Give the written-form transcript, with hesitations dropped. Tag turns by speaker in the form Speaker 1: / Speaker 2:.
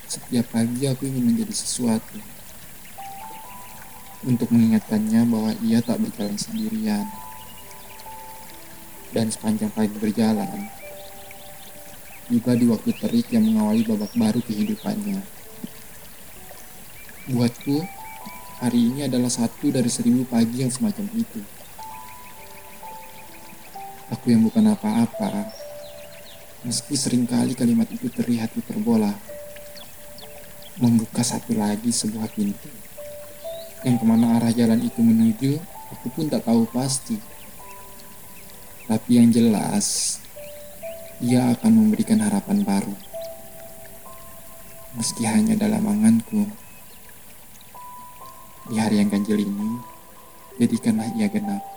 Speaker 1: Setiap pagi aku ingin menjadi sesuatu untuk mengingatkannya bahwa ia tak berjalan sendirian. Dan sepanjang pagi berjalan, tiba di waktu terik yang mengawali babak baru kehidupannya. Buatku, hari ini adalah satu dari 1000 pagi yang semacam itu. Aku yang bukan apa-apa, meski seringkali kalimat itu terlihat hiperbola, membuka satu lagi sebuah pintu. Yang kemana arah jalan itu menuju, aku pun tak tahu pasti. Tapi yang jelas, ia akan memberikan harapan baru. Meski hanya dalam anganku, di hari yang ganjil ini, jadikanlah ia genap.